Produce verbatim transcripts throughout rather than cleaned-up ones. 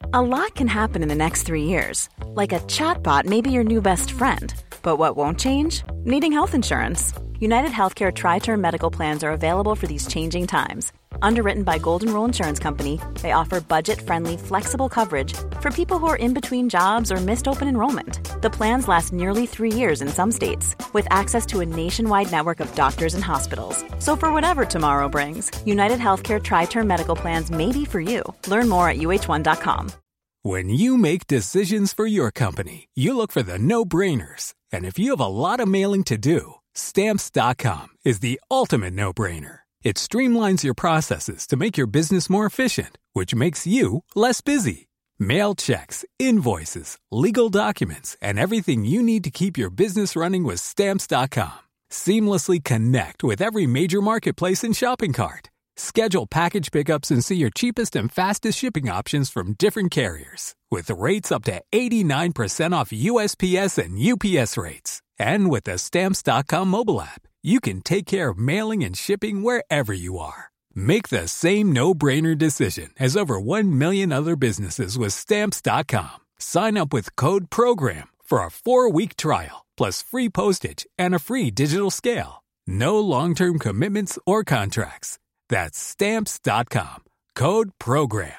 A lot can happen in the next three years. Like a chatbot may be your new best friend. But what won't change? Needing health insurance. United Healthcare Tri-Term Medical Plans are available for these changing times. Underwritten by Golden Rule Insurance Company, they offer budget-friendly, flexible coverage for people who are in between jobs or missed open enrollment. The plans last nearly three years in some states, with access to a nationwide network of doctors and hospitals. So for whatever tomorrow brings, United Healthcare Tri-Term Medical Plans may be for you. Learn more at U H one dot com. When you make decisions for your company, you look for the no-brainers. And if you have a lot of mailing to do, Stamps dot com is the ultimate no-brainer. It streamlines your processes to make your business more efficient, which makes you less busy. Mail checks, invoices, legal documents, and everything you need to keep your business running with Stamps dot com. Seamlessly connect with every major marketplace and shopping cart. Schedule package pickups and see your cheapest and fastest shipping options from different carriers, with rates up to eighty-nine percent off U S P S and U P S rates. And with the Stamps dot com mobile app, you can take care of mailing and shipping wherever you are. Make the same no-brainer decision as over one million other businesses with Stamps dot com. Sign up with code PROGRAM for a four-week trial, plus free postage and a free digital scale. No long-term commitments or contracts. That's Stamps dot com. Code PROGRAM.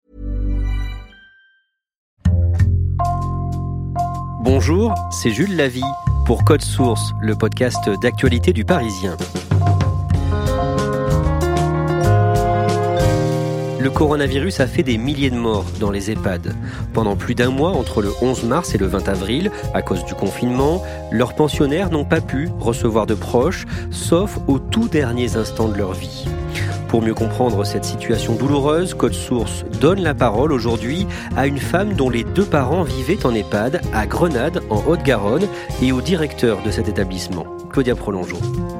Bonjour, c'est Jules Lavie pour Code Source, le podcast d'actualité du Parisien. Le coronavirus a fait des milliers de morts dans les EHPAD. Pendant plus d'un mois, entre le onze mars et le vingt avril, à cause du confinement, leurs pensionnaires n'ont pas pu recevoir de proches, sauf aux tout derniers instants de leur vie. Pour mieux comprendre cette situation douloureuse, Code Source donne la parole aujourd'hui à une femme dont les deux parents vivaient en EHPAD à Grenade, en Haute-Garonne, et au directeur de cet établissement, Claudia Prolongeau.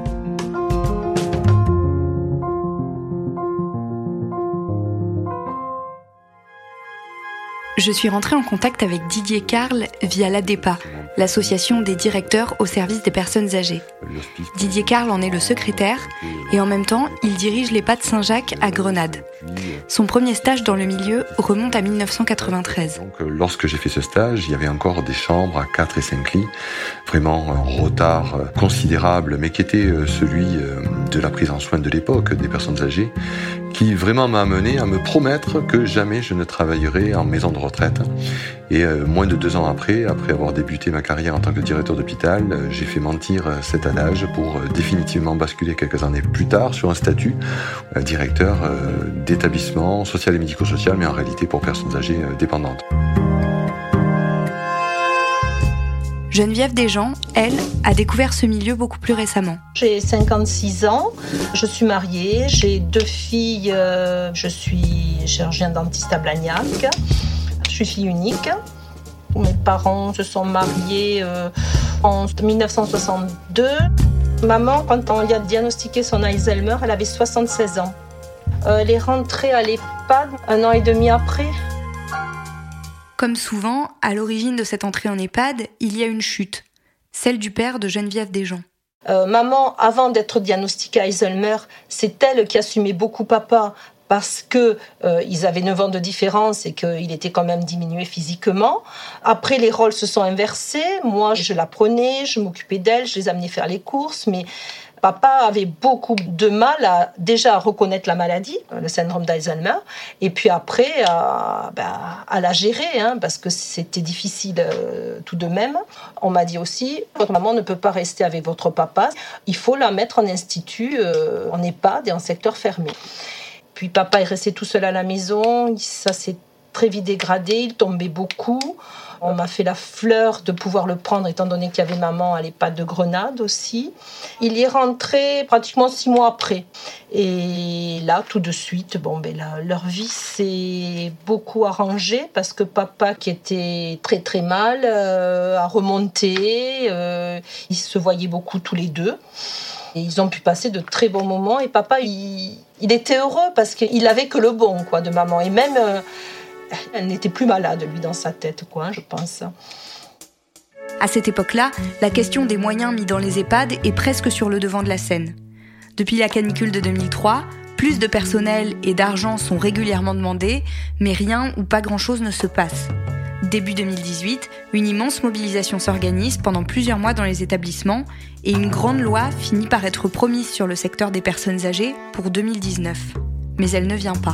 Je suis rentrée en contact avec Didier Carle via l'A D E P A, l'association des directeurs au service des personnes âgées. Didier Carle en est le secrétaire et en même temps, il dirige l'EHPAD Saint-Jacques à Grenade. Son premier stage dans le milieu remonte à dix-neuf cent quatre-vingt-treize. Donc, lorsque j'ai fait ce stage, il y avait encore des chambres à quatre et cinq lits, vraiment un retard considérable, mais qui était celui de la prise en soin de l'époque des personnes âgées, qui vraiment m'a amené à me promettre que jamais je ne travaillerai en maison de retraite. Et euh, moins de deux ans après, après avoir débuté ma carrière en tant que directeur d'hôpital, euh, j'ai fait mentir euh, cet adage pour euh, définitivement basculer quelques années plus tard sur un statut euh, directeur euh, d'établissement social et médico-social, mais en réalité pour personnes âgées euh, dépendantes. Geneviève Desjean, elle, a découvert ce milieu beaucoup plus récemment. J'ai cinquante-six ans, je suis mariée, j'ai deux filles, euh, je suis chirurgien dentiste à Blagnac, je suis fille unique. Mes parents se sont mariés euh, en dix-neuf cent soixante-deux. Maman, quand on lui a diagnostiqué son Alzheimer, elle avait soixante-seize ans. Euh, elle est rentrée à l'EHPAD un an et demi après. Comme souvent, à l'origine de cette entrée en EHPAD, il y a une chute, celle du père de Geneviève Desjean. Euh, maman, avant d'être diagnostiquée Alzheimer, c'est elle qui assumait beaucoup papa parce qu'ils euh, avaient neuf ans de différence et qu'il était quand même diminué physiquement. Après, les rôles se sont inversés. Moi, je la prenais, je m'occupais d'elle, je les amenais faire les courses, mais papa avait beaucoup de mal à, déjà à reconnaître la maladie, le syndrome d'Alzheimer, et puis après à, ben, à la gérer, hein, parce que c'était difficile euh, tout de même. On m'a dit aussi, votre maman ne peut pas rester avec votre papa, il faut la mettre en institut, euh, en EHPAD et en secteur fermé. Puis papa est resté tout seul à la maison, ça s'est très vite dégradé, il tombait beaucoup. On m'a fait la fleur de pouvoir le prendre, étant donné qu'il y avait maman à l'EHPAD de Grenade aussi. Il y est rentré pratiquement six mois après. Et là, tout de suite, bon, ben là, leur vie s'est beaucoup arrangée parce que papa, qui était très très mal, euh, a remonté. Euh, ils se voyaient beaucoup tous les deux. Et ils ont pu passer de très bons moments. Et papa, il, il était heureux parce qu'il n'avait que le bon, quoi, de maman. Et même... Euh, Elle n'était plus malade, lui, dans sa tête, quoi, je pense. À cette époque-là, la question des moyens mis dans les EHPAD est presque sur le devant de la scène. Depuis la canicule de deux mille trois, Plus de personnel et d'argent sont régulièrement demandés, mais rien ou pas grand-chose ne se passe. Début deux mille dix-huit, une immense mobilisation s'organise pendant plusieurs mois dans les établissements et une grande loi finit par être promise sur le secteur des personnes âgées pour deux mille dix-neuf. Mais elle ne vient pas.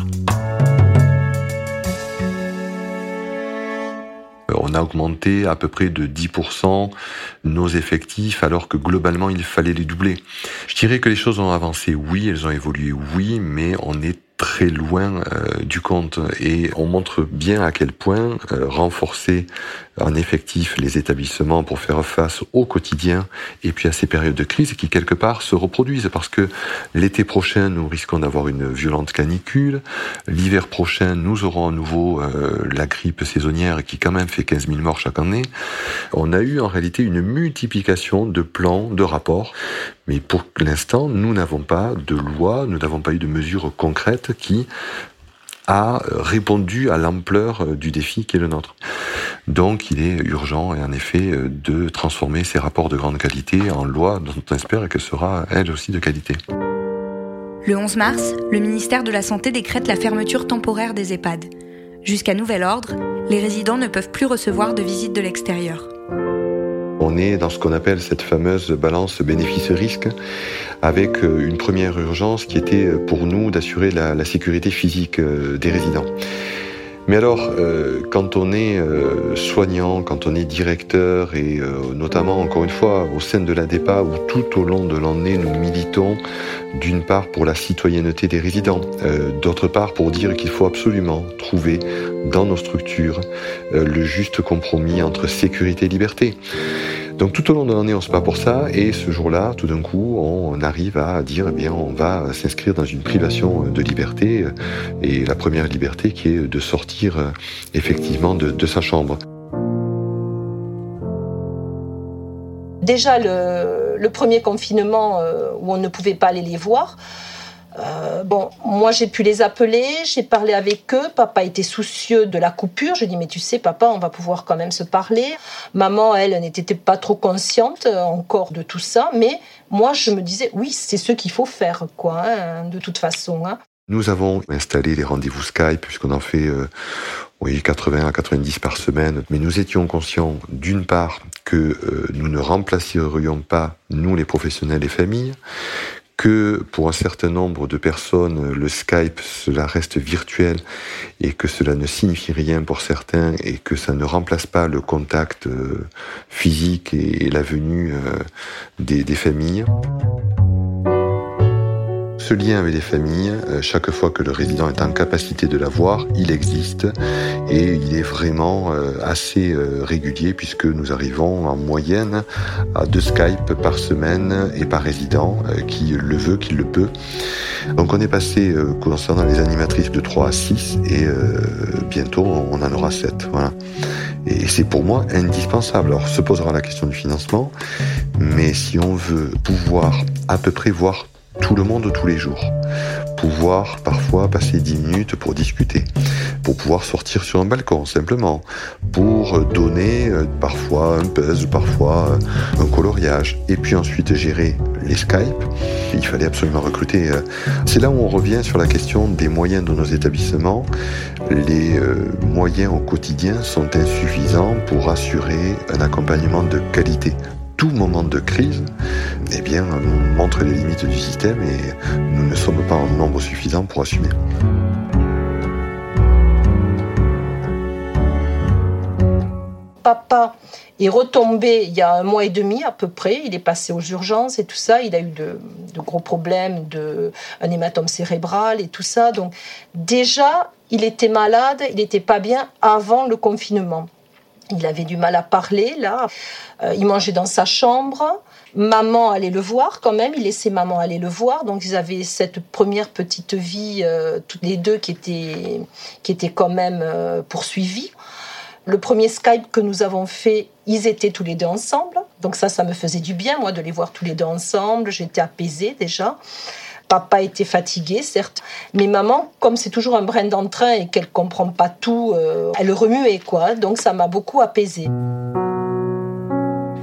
On a augmenté à peu près de dix pour cent nos effectifs alors que globalement il fallait les doubler. Je dirais que les choses ont avancé, oui, elles ont évolué, oui, mais on est très loin euh, du compte et on montre bien à quel point euh, renforcer en effectif les établissements pour faire face au quotidien et puis à ces périodes de crise qui quelque part se reproduisent parce que l'été prochain nous risquons d'avoir une violente canicule, l'hiver prochain nous aurons à nouveau euh, la grippe saisonnière qui quand même fait quinze mille morts chaque année. On a eu en réalité une multiplication de plans, de rapports, mais pour l'instant nous n'avons pas de loi, nous n'avons pas eu de mesures concrètes qui a répondu à l'ampleur du défi qui est le nôtre. Donc il est urgent, et en effet, de transformer ces rapports de grande qualité en loi dont on espère qu'elle sera, elle aussi, de qualité. Le onze mars, le ministère de la Santé décrète la fermeture temporaire des EHPAD. Jusqu'à nouvel ordre, les résidents ne peuvent plus recevoir de visites de l'extérieur. On est dans ce qu'on appelle cette fameuse balance bénéfice-risque, avec une première urgence qui était pour nous d'assurer la, la sécurité physique des résidents. Mais alors, euh, quand on est euh, soignant, quand on est directeur, et euh, notamment, encore une fois, au sein de l'A D E P A, où tout au long de l'année, nous militons, d'une part pour la citoyenneté des résidents, euh, d'autre part pour dire qu'il faut absolument trouver dans nos structures euh, le juste compromis entre sécurité et liberté. Donc tout au long de l'année, on se bat pour ça, et ce jour-là, tout d'un coup, on arrive à dire, eh bien, on va s'inscrire dans une privation de liberté, et la première liberté qui est de sortir effectivement de, de sa chambre. Déjà, le, le premier confinement euh, où on ne pouvait pas aller les voir, Euh, bon, moi j'ai pu les appeler, j'ai parlé avec eux, papa était soucieux de la coupure, je dis mais tu sais papa, on va pouvoir quand même se parler. Maman, elle, n'était pas trop consciente encore de tout ça, mais moi je me disais oui, c'est ce qu'il faut faire, quoi, hein, de toute façon. Hein. Nous avons installé les rendez-vous Skype, puisqu'on en fait euh, oui, quatre-vingts à quatre-vingt-dix par semaine, mais nous étions conscients d'une part que euh, nous ne remplacerions pas, nous les professionnels et familles, que pour un certain nombre de personnes, le Skype, cela reste virtuel et que cela ne signifie rien pour certains et que ça ne remplace pas le contact euh, physique et, et la venue euh, des, des familles. Ce lien avec les familles, chaque fois que le résident est en capacité de l'avoir, il existe et il est vraiment assez régulier puisque nous arrivons en moyenne à deux Skype par semaine et par résident qui le veut, qui le peut. Donc on est passé concernant les animatrices de trois à six et bientôt on en aura sept. Voilà. Et c'est pour moi indispensable. Alors se posera la question du financement, mais si on veut pouvoir à peu près voir tout le monde tous les jours, pouvoir parfois passer dix minutes pour discuter, pour pouvoir sortir sur un balcon simplement, pour donner euh, parfois un puzzle, parfois euh, un coloriage, et puis ensuite gérer les Skype. Il fallait absolument recruter. Euh, c'est là où on revient sur la question des moyens de nos établissements. Les euh, moyens au quotidien sont insuffisants pour assurer un accompagnement de qualité. Tout moment de crise, eh bien, montre les limites du système et nous ne sommes pas en nombre suffisant pour assumer. Papa est retombé il y a un mois et demi à peu près, il est passé aux urgences et tout ça, il a eu de, de gros problèmes, de, un hématome cérébral et tout ça, donc déjà, il était malade, il n'était pas bien avant le confinement. Il avait du mal à parler, là. Euh, il mangeait dans sa chambre. Maman allait le voir quand même. Il laissait maman aller le voir. Donc, ils avaient cette première petite vie, euh, toutes les deux, qui était, qui était quand même euh, poursuivie. Le premier Skype que nous avons fait, ils étaient tous les deux ensemble. Donc ça, ça me faisait du bien, moi, de les voir tous les deux ensemble. J'étais apaisée, déjà. Papa était fatigué, certes, mais maman, comme c'est toujours un brin d'entrain et qu'elle comprend pas tout, euh, elle remuait, quoi. Donc ça m'a beaucoup apaisée.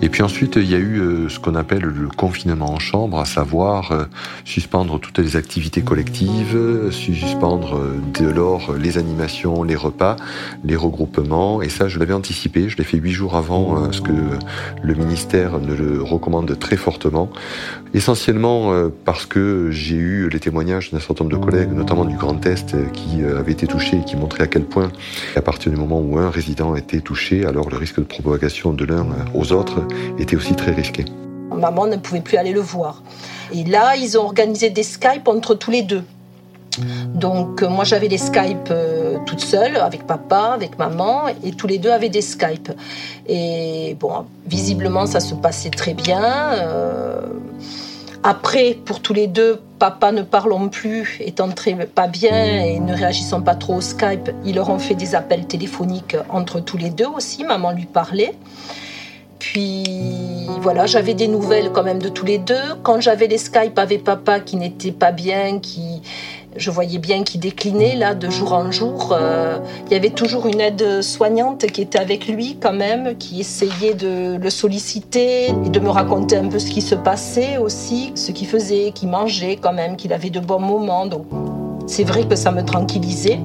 Et puis ensuite, il y a eu ce qu'on appelle le confinement en chambre, à savoir suspendre toutes les activités collectives, suspendre dès lors les animations, les repas, les regroupements. Et ça, je l'avais anticipé. Je l'ai fait huit jours avant ce que le ministère ne le recommande très fortement. Essentiellement parce que j'ai eu les témoignages d'un certain nombre de collègues, notamment du Grand Est, qui avaient été touchés et qui montraient à quel point, à partir du moment où un résident était touché, alors le risque de propagation de l'un aux autres était aussi très risqué. Maman ne pouvait plus aller le voir. Et là, ils ont organisé des Skype entre tous les deux. Donc euh, moi j'avais les Skype euh, toute seule, avec papa, avec maman, et tous les deux avaient des Skype. Et bon, visiblement ça se passait très bien. Euh... Après, pour tous les deux, papa ne parlant plus, étant très pas bien et ne réagissant pas trop au Skype, ils leur ont fait des appels téléphoniques entre tous les deux aussi, maman lui parlait. Puis voilà, j'avais des nouvelles quand même de tous les deux. Quand j'avais les Skype avec papa qui n'était pas bien, qui, je voyais bien qu'il déclinait là de jour en jour, euh, il y avait toujours une aide soignante qui était avec lui quand même, qui essayait de le solliciter et de me raconter un peu ce qui se passait aussi, ce qu'il faisait, qu'il mangeait quand même, qu'il avait de bons moments. Donc c'est vrai que ça me tranquillisait.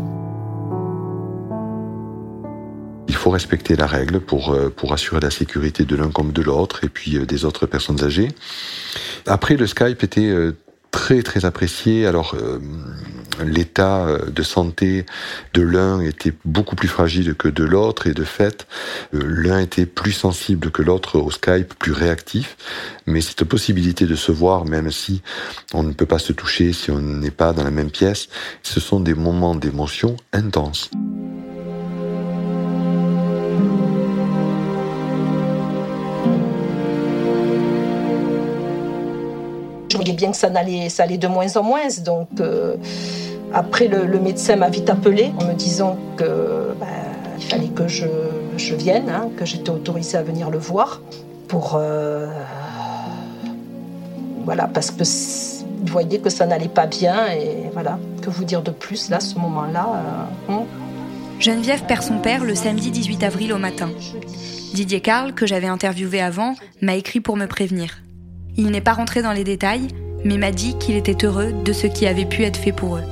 Il faut respecter la règle pour, pour assurer la sécurité de l'un comme de l'autre et puis des autres personnes âgées. Après, le Skype était très très apprécié. Alors, euh, l'état de santé de l'un était beaucoup plus fragile que de l'autre et de fait, euh, l'un était plus sensible que l'autre au Skype, plus réactif. Mais cette possibilité de se voir, même si on ne peut pas se toucher, si on n'est pas dans la même pièce, ce sont des moments d'émotion intenses. Je voyais bien que ça allait, ça allait de moins en moins. Donc, euh, après, le, le médecin m'a vite appelé en me disant qu'il bah, fallait que je, je vienne, hein, que j'étais autorisée à venir le voir. Pour, euh, voilà, parce que je voyais que ça n'allait pas bien. Et voilà, que vous dire de plus, là, à ce moment-là euh, hein. Geneviève perd son père le samedi dix-huit avril au matin. Didier Carl, que j'avais interviewé avant, m'a écrit pour me prévenir. Il n'est pas rentré dans les détails, mais m'a dit qu'il était heureux de ce qui avait pu être fait pour eux.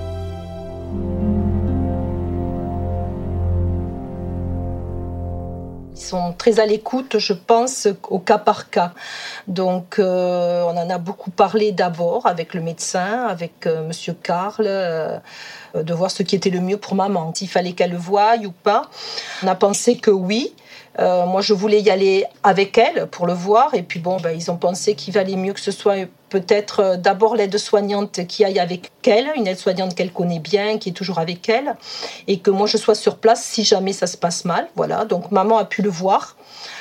Ils sont très à l'écoute, je pense, au cas par cas. Donc, euh, on en a beaucoup parlé d'abord avec le médecin, avec euh, Monsieur Carl, euh, de voir ce qui était le mieux pour maman, s'il fallait qu'elle le voie ou pas. On a pensé que oui. Euh, moi, je voulais y aller avec elle pour le voir. Et puis, bon, ben, ils ont pensé qu'il valait mieux que ce soit peut-être euh, d'abord l'aide-soignante qui aille avec elle, une aide-soignante qu'elle connaît bien, qui est toujours avec elle, et que moi, je sois sur place si jamais ça se passe mal. Voilà. Donc, maman a pu le voir.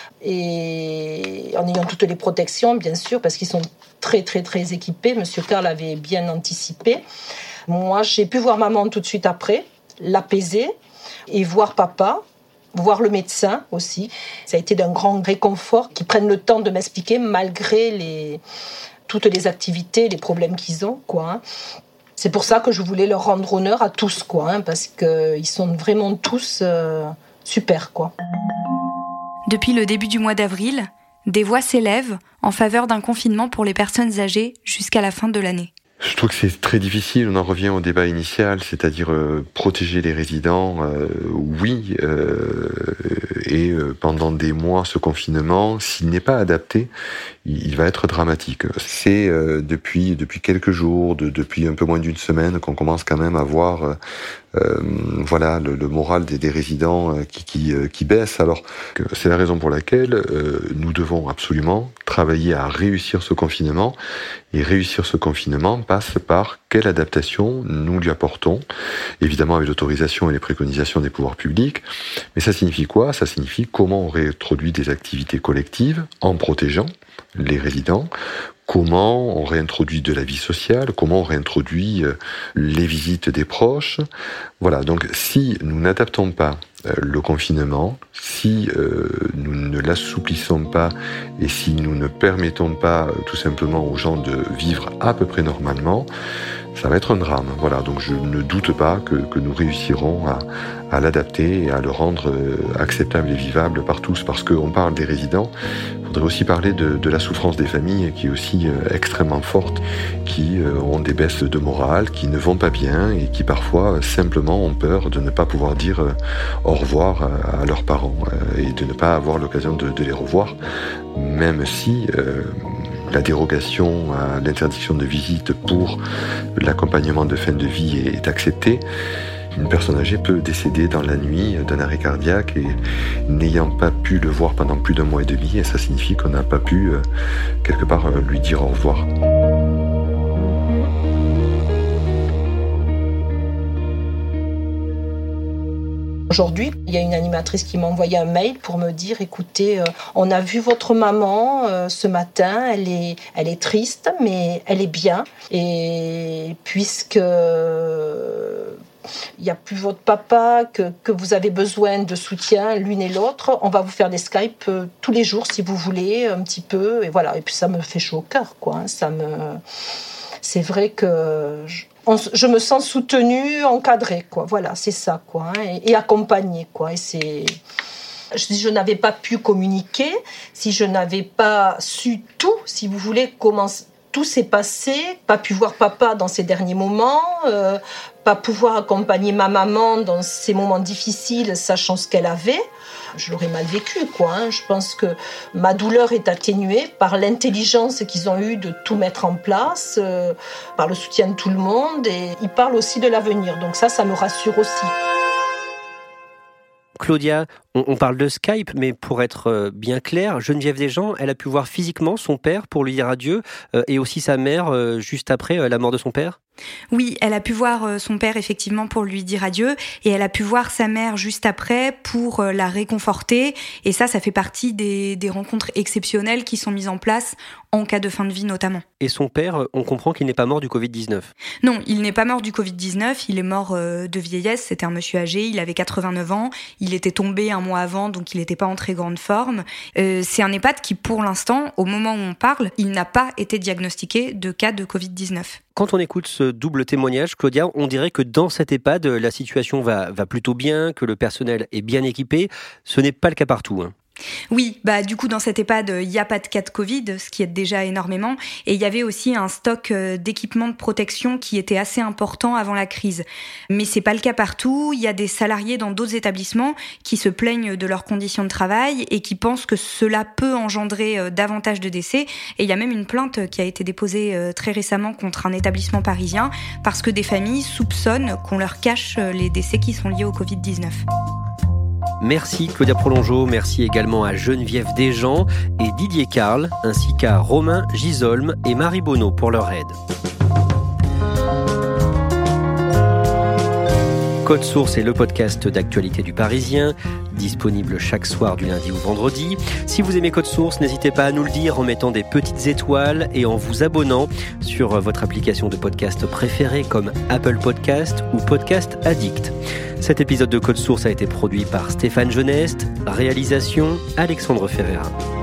Et en ayant toutes les protections, bien sûr, parce qu'ils sont très, très, très équipés. Monsieur Carl avait bien anticipé. Moi, j'ai pu voir maman tout de suite après, l'apaiser, et voir papa, voir le médecin aussi. Ça a été d'un grand réconfort qu'ils prennent le temps de m'expliquer malgré les, toutes les activités, les problèmes qu'ils ont, quoi, hein. C'est pour ça que je voulais leur rendre honneur à tous, quoi, hein, parce qu'ils sont vraiment tous euh, super, quoi. Depuis le début du mois d'avril, des voix s'élèvent en faveur d'un confinement pour les personnes âgées jusqu'à la fin de l'année. Je trouve que c'est très difficile, on en revient au débat initial, c'est-à-dire euh, protéger les résidents, euh, oui, euh, et euh, pendant des mois, ce confinement, s'il n'est pas adapté, il, il va être dramatique. C'est euh, depuis depuis quelques jours, de, depuis un peu moins d'une semaine, qu'on commence quand même à voir euh, euh, voilà, le, le moral des, des résidents qui, qui, qui baisse. Alors, c'est la raison pour laquelle euh, nous devons absolument travailler à réussir ce confinement. Et réussir ce confinement passe par quelle adaptation nous lui apportons, évidemment avec l'autorisation et les préconisations des pouvoirs publics. Mais ça signifie quoi ? Ça signifie comment on réintroduit des activités collectives en protégeant les résidents, comment on réintroduit de la vie sociale, comment on réintroduit les visites des proches. Voilà, donc si nous n'adaptons pas le confinement, si euh, nous ne l'assouplissons pas et si nous ne permettons pas euh, tout simplement aux gens de vivre à peu près normalement, ça va être un drame. Voilà, donc je ne doute pas que, que nous réussirons à, à l'adapter et à le rendre acceptable et vivable par tous, parce qu'on parle des résidents. Il faudrait aussi parler de, de la souffrance des familles, qui est aussi euh, extrêmement forte, qui euh, ont des baisses de morale, qui ne vont pas bien et qui parfois euh, simplement ont peur de ne pas pouvoir dire euh, au revoir à, à leurs parents euh, et de ne pas avoir l'occasion de, de les revoir, même si euh, la dérogation à l'interdiction de visite pour l'accompagnement de fin de vie est acceptée. Une personne âgée peut décéder dans la nuit d'un arrêt cardiaque et n'ayant pas pu le voir pendant plus d'un mois et demi, et ça signifie qu'on n'a pas pu euh, quelque part euh, lui dire au revoir. Aujourd'hui, il y a une animatrice qui m'a envoyé un mail pour me dire « Écoutez, euh, on a vu votre maman euh, ce matin, elle est, elle est triste, mais elle est bien. Et puisque euh, il n'y a plus votre papa, que, que vous avez besoin de soutien l'une et l'autre, on va vous faire des Skype euh, tous les jours si vous voulez, un petit peu. » Et voilà. Et puis ça me fait chaud au cœur, quoi. Hein. Ça me... C'est vrai que... Je... On, je me sens soutenue, encadrée, quoi. Voilà, c'est ça, quoi, hein, et, et accompagnée, quoi. Et c'est, si je n'avais pas pu communiquer, si je n'avais pas su tout, si vous voulez, comment tout s'est passé, pas pu voir papa dans ces derniers moments, euh, pas pouvoir accompagner ma maman dans ces moments difficiles, sachant ce qu'elle avait, je l'aurais mal vécu, quoi. Hein. Je pense que ma douleur est atténuée par l'intelligence qu'ils ont eue de tout mettre en place, euh, par le soutien de tout le monde, et ils parlent aussi de l'avenir. Donc ça, ça me rassure aussi. Claudia, on, on parle de Skype, mais pour être bien clair, Geneviève Desjean, elle a pu voir physiquement son père pour lui dire adieu, euh, et aussi sa mère euh, juste après euh, la mort de son père ? Oui, elle a pu voir son père effectivement pour lui dire adieu, et elle a pu voir sa mère juste après pour la réconforter, et ça, ça fait partie des, des rencontres exceptionnelles qui sont mises en place en cas de fin de vie notamment. Et son père, on comprend qu'il n'est pas mort du covid dix-neuf ? Non, il n'est pas mort du covid dix-neuf, il est mort de vieillesse, c'était un monsieur âgé, il avait quatre-vingt-neuf ans, il était tombé un mois avant, donc il n'était pas en très grande forme. Euh, c'est un EHPAD qui, pour l'instant, au moment où on parle, il n'a pas été diagnostiqué de cas de covid dix-neuf. Quand on écoute ce double témoignage, Claudia, on dirait que dans cet EHPAD, la situation va, va plutôt bien, que le personnel est bien équipé. Ce n'est pas le cas partout, hein. Oui, bah du coup dans cet EHPAD, il n'y a pas de cas de Covid, ce qui est déjà énormément, et il y avait aussi un stock d'équipements de protection qui était assez important avant la crise. Mais c'est pas le cas partout, il y a des salariés dans d'autres établissements qui se plaignent de leurs conditions de travail et qui pensent que cela peut engendrer davantage de décès, et il y a même une plainte qui a été déposée très récemment contre un établissement parisien parce que des familles soupçonnent qu'on leur cache les décès qui sont liés au covid dix-neuf. Merci Claudia Prolongeau, merci également à Geneviève Desjean et Didier Carle, ainsi qu'à Romain Gisolme et Marie Bonneau pour leur aide. Code Source est le podcast d'actualité du Parisien, disponible chaque soir du lundi au vendredi. Si vous aimez Code Source, n'hésitez pas à nous le dire en mettant des petites étoiles et en vous abonnant sur votre application de podcast préférée comme Apple Podcast ou Podcast Addict. Cet épisode de Code Source a été produit par Stéphane Geneste, réalisation Alexandre Ferreira.